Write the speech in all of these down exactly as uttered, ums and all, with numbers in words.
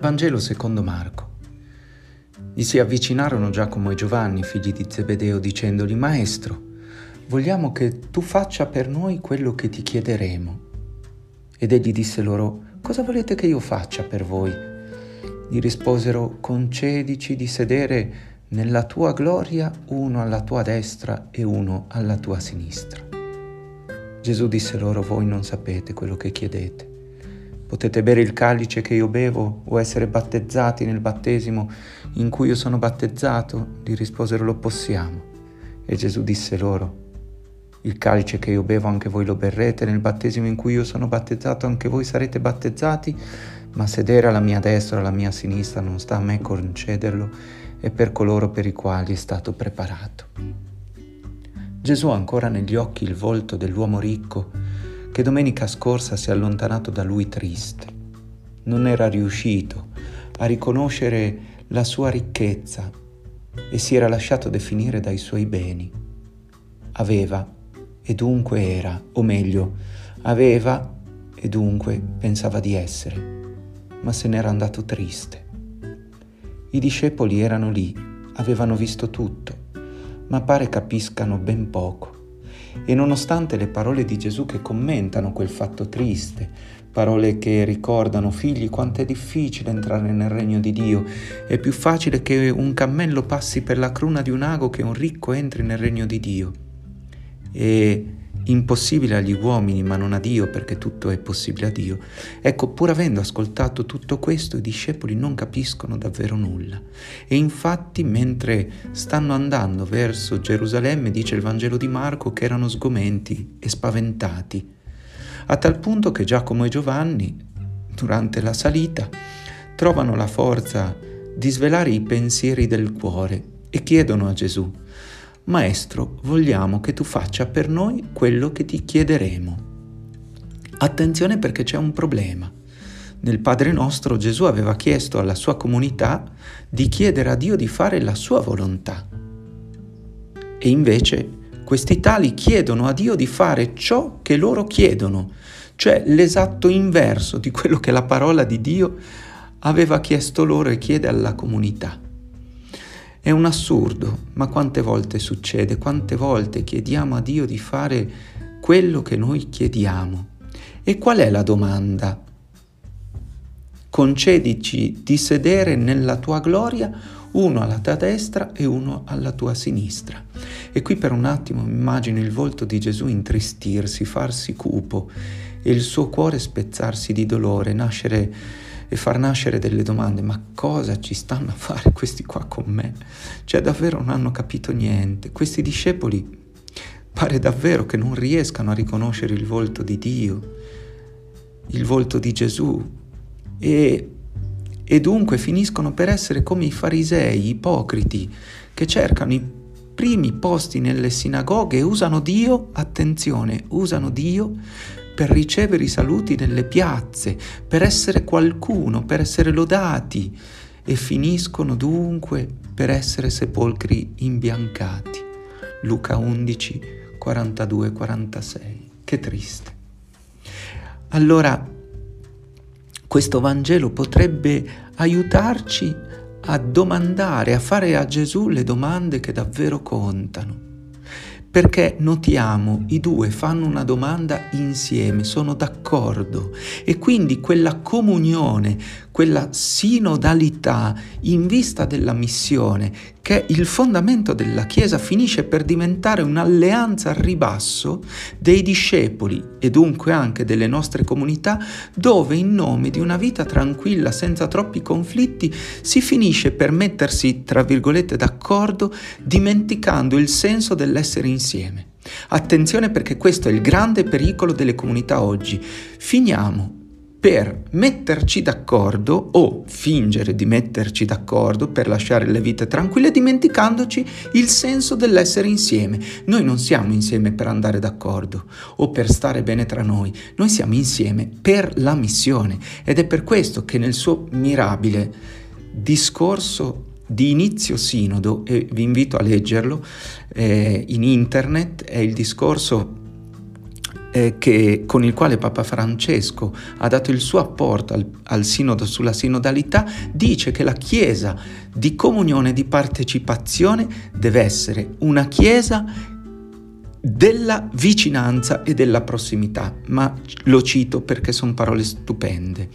Vangelo secondo Marco. Gli si avvicinarono Giacomo e Giovanni, figli di Zebedeo, dicendogli: Maestro, vogliamo che tu faccia per noi quello che ti chiederemo. Ed egli disse loro: Cosa volete che io faccia per voi? Gli risposero: Concedici di sedere nella tua gloria, uno alla tua destra e uno alla tua sinistra. Gesù disse loro: Voi non sapete quello che chiedete. Potete bere il calice che io bevo o essere battezzati nel battesimo in cui io sono battezzato? Gli risposero: Lo possiamo. E Gesù disse loro: Il calice che io bevo anche voi lo berrete, nel battesimo in cui io sono battezzato anche voi sarete battezzati, ma sedere alla mia destra o alla mia sinistra non sta a me concederlo, è per coloro per i quali è stato preparato. Gesù ha ancora negli occhi il volto dell'uomo ricco che domenica scorsa si è allontanato da lui triste. Non era riuscito a riconoscere la sua ricchezza e si era lasciato definire dai suoi beni. Aveva e dunque era, o meglio, aveva e dunque pensava di essere, ma se n'era andato triste. I discepoli erano lì, avevano visto tutto, ma pare capiscano ben poco. E nonostante le parole di Gesù che commentano quel fatto triste, parole che ricordano: figli, quanto è difficile entrare nel regno di Dio, è più facile che un cammello passi per la cruna di un ago che un ricco entri nel regno di Dio. È impossibile agli uomini ma non a Dio, perché tutto è possibile a Dio. Ecco, pur avendo ascoltato tutto questo, i discepoli non capiscono davvero nulla. E infatti, mentre stanno andando verso Gerusalemme, dice il Vangelo di Marco, che erano sgomenti e spaventati, a tal punto che Giacomo e Giovanni, durante la salita, trovano la forza di svelare i pensieri del cuore e chiedono a Gesù: Maestro, vogliamo che tu faccia per noi quello che ti chiederemo. Attenzione, perché c'è un problema. Nel Padre Nostro Gesù aveva chiesto alla sua comunità di chiedere a Dio di fare la sua volontà. E invece questi tali chiedono a Dio di fare ciò che loro chiedono, cioè l'esatto inverso di quello che la parola di Dio aveva chiesto loro e chiede alla comunità. È un assurdo, ma quante volte succede, quante volte chiediamo a Dio di fare quello che noi chiediamo. E qual è la domanda? Concedici di sedere nella tua gloria, uno alla tua destra e uno alla tua sinistra. E qui per un attimo mi immagino il volto di Gesù intristirsi, farsi cupo e il suo cuore spezzarsi di dolore, nascere e far nascere delle domande: ma cosa ci stanno a fare questi qua con me? Cioè davvero non hanno capito niente. Questi discepoli pare davvero che non riescano a riconoscere il volto di Dio, il volto di Gesù, e, e dunque finiscono per essere come i farisei, ipocriti, che cercano i primi posti nelle sinagoghe e usano Dio, attenzione, usano Dio per ricevere i saluti nelle piazze, per essere qualcuno, per essere lodati, e finiscono dunque per essere sepolcri imbiancati. Luca undici, quarantadue quarantasei. Che triste. Allora, questo Vangelo potrebbe aiutarci a domandare, a fare a Gesù le domande che davvero contano. Perché notiamo, i due fanno una domanda insieme, sono d'accordo, e quindi quella comunione, quella sinodalità in vista della missione, che è il fondamento della Chiesa, finisce per diventare un'alleanza al ribasso dei discepoli e dunque anche delle nostre comunità, dove in nome di una vita tranquilla, senza troppi conflitti, si finisce per mettersi, tra virgolette, d'accordo, dimenticando il senso dell'essere insieme. Attenzione, perché questo è il grande pericolo delle comunità oggi. Finiamo per metterci d'accordo o fingere di metterci d'accordo per lasciare le vite tranquille, dimenticandoci il senso dell'essere insieme. Noi non siamo insieme per andare d'accordo o per stare bene tra noi, noi siamo insieme per la missione, ed è per questo che nel suo mirabile discorso di inizio sinodo, e vi invito a leggerlo eh, in internet, è il discorso eh, che, con il quale Papa Francesco ha dato il suo apporto al, al sinodo sulla sinodalità, dice che la Chiesa di comunione, di partecipazione, deve essere una Chiesa della vicinanza e della prossimità, ma lo cito perché sono parole stupende.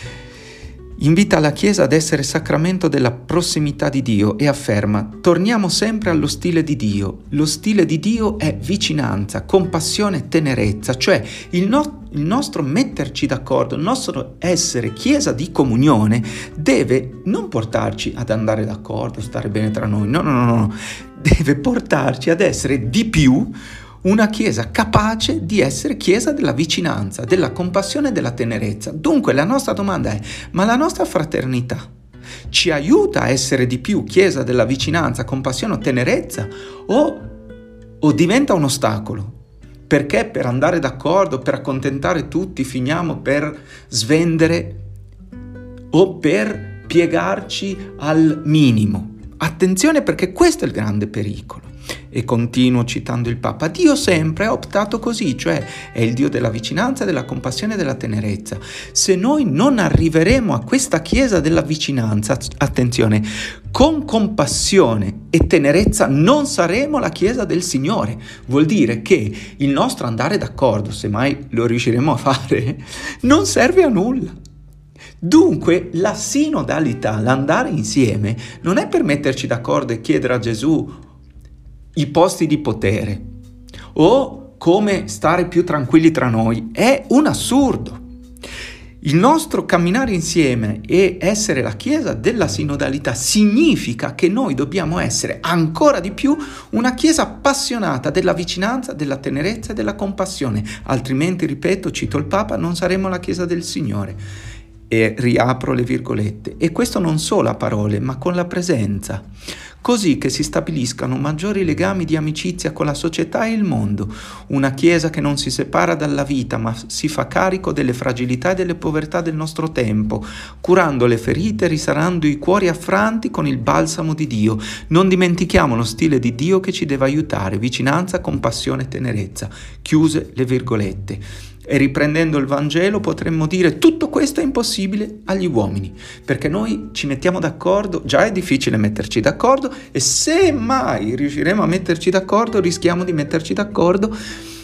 Invita la Chiesa ad essere sacramento della prossimità di Dio e afferma: torniamo sempre allo stile di Dio. Lo stile di Dio è vicinanza, compassione e tenerezza, cioè il, no- il nostro metterci d'accordo, il nostro essere Chiesa di comunione deve non portarci ad andare d'accordo, stare bene tra noi, no, no, no, no, deve portarci ad essere di più una Chiesa capace di essere Chiesa della vicinanza, della compassione e della tenerezza. Dunque la nostra domanda è: ma la nostra fraternità ci aiuta a essere di più Chiesa della vicinanza, compassione o tenerezza, o, o diventa un ostacolo? Perché per andare d'accordo, per accontentare tutti, finiamo per svendere o per piegarci al minimo. Attenzione, perché questo è il grande pericolo. E continuo citando il Papa: Dio sempre ha optato così, cioè è il Dio della vicinanza, della compassione e della tenerezza. Se noi non arriveremo a questa Chiesa della vicinanza, attenzione, con compassione e tenerezza, non saremo la Chiesa del Signore. Vuol dire che il nostro andare d'accordo, se mai lo riusciremo a fare, non serve a nulla. Dunque la sinodalità, l'andare insieme, non è per metterci d'accordo e chiedere a Gesù i posti di potere o come stare più tranquilli tra noi. È un assurdo. Il nostro camminare insieme e essere la Chiesa della sinodalità significa che noi dobbiamo essere ancora di più una Chiesa appassionata della vicinanza, della tenerezza e della compassione, altrimenti, ripeto, cito il Papa, non saremo la Chiesa del Signore. E riapro le virgolette. E questo non solo a parole, ma con la presenza, così che si stabiliscano maggiori legami di amicizia con la società e il mondo, una Chiesa che non si separa dalla vita, ma si fa carico delle fragilità e delle povertà del nostro tempo, curando le ferite, risanando i cuori affranti con il balsamo di Dio. Non dimentichiamo lo stile di Dio che ci deve aiutare: vicinanza, compassione e tenerezza. Chiuse le virgolette. E riprendendo il Vangelo potremmo dire: tutto questo è impossibile agli uomini, perché noi ci mettiamo d'accordo, già è difficile metterci d'accordo, e se mai riusciremo a metterci d'accordo rischiamo di metterci d'accordo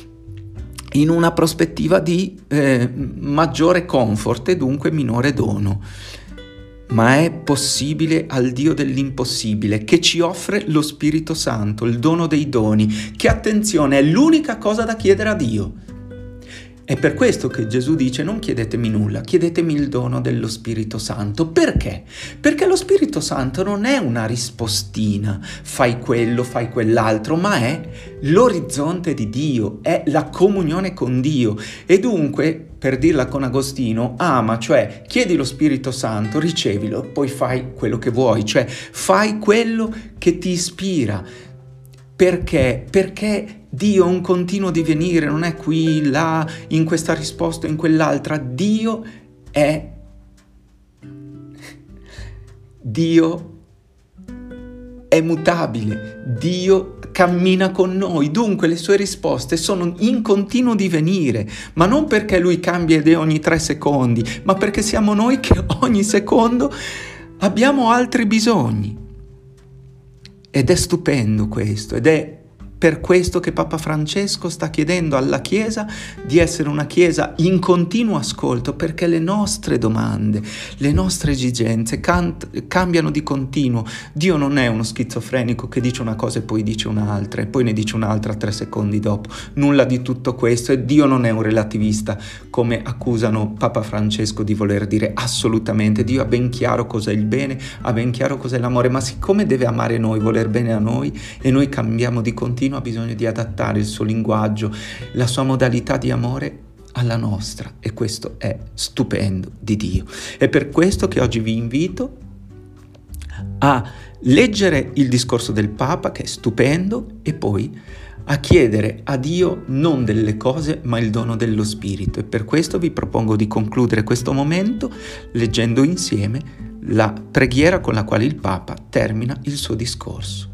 in una prospettiva di eh, maggiore comfort e dunque minore dono. Ma è possibile al Dio dell'impossibile, che ci offre lo Spirito Santo, il dono dei doni, che, attenzione, è l'unica cosa da chiedere a Dio. È per questo che Gesù dice: non chiedetemi nulla, chiedetemi il dono dello Spirito Santo. Perché? Perché lo Spirito Santo non è una rispostina, fai quello, fai quell'altro, ma è l'orizzonte di Dio, è la comunione con Dio. E dunque, per dirla con Agostino, ama, cioè chiedi lo Spirito Santo, ricevilo, poi fai quello che vuoi, cioè fai quello che ti ispira. Perché? Perché Dio è un continuo divenire, non è qui, là, in questa risposta, in quell'altra. Dio è Dio è mutabile, Dio cammina con noi, dunque le sue risposte sono in continuo divenire, ma non perché Lui cambia idea ogni tre secondi, ma perché siamo noi che ogni secondo abbiamo altri bisogni. Ed è stupendo questo, ed è per questo che Papa Francesco sta chiedendo alla Chiesa di essere una Chiesa in continuo ascolto, perché le nostre domande, le nostre esigenze cant- cambiano di continuo. Dio non è uno schizofrenico che dice una cosa e poi dice un'altra e poi ne dice un'altra tre secondi dopo. Nulla di tutto questo. E Dio non è un relativista, come accusano Papa Francesco di voler dire. Assolutamente. Dio ha ben chiaro cos'è il bene, ha ben chiaro cos'è l'amore, ma siccome deve amare noi, voler bene a noi, e noi cambiamo di continuo, ha bisogno di adattare il suo linguaggio, la sua modalità di amore alla nostra, e questo è stupendo di Dio. È per questo che oggi vi invito a leggere il discorso del Papa, che è stupendo, e poi a chiedere a Dio non delle cose ma il dono dello Spirito. E per questo vi propongo di concludere questo momento leggendo insieme la preghiera con la quale il Papa termina il suo discorso.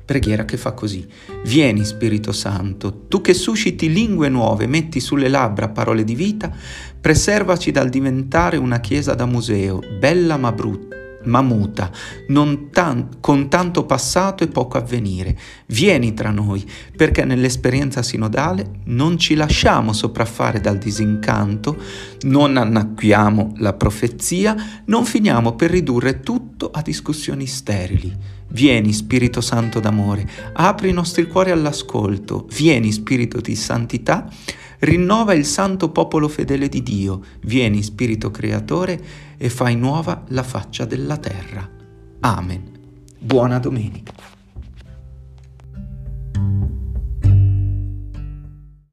Preghiera che fa così: vieni Spirito Santo, tu che susciti lingue nuove, metti sulle labbra parole di vita, preservaci dal diventare una chiesa da museo, bella ma brutta, ma muta, non tan- con tanto passato e poco avvenire. Vieni tra noi, perché nell'esperienza sinodale non ci lasciamo sopraffare dal disincanto, non annacquiamo la profezia, non finiamo per ridurre tutto a discussioni sterili. Vieni Spirito Santo d'amore, apri i nostri cuori all'ascolto, vieni Spirito di santità, rinnova il santo popolo fedele di Dio, vieni Spirito Creatore e fai nuova la faccia della terra. Amen. Buona domenica.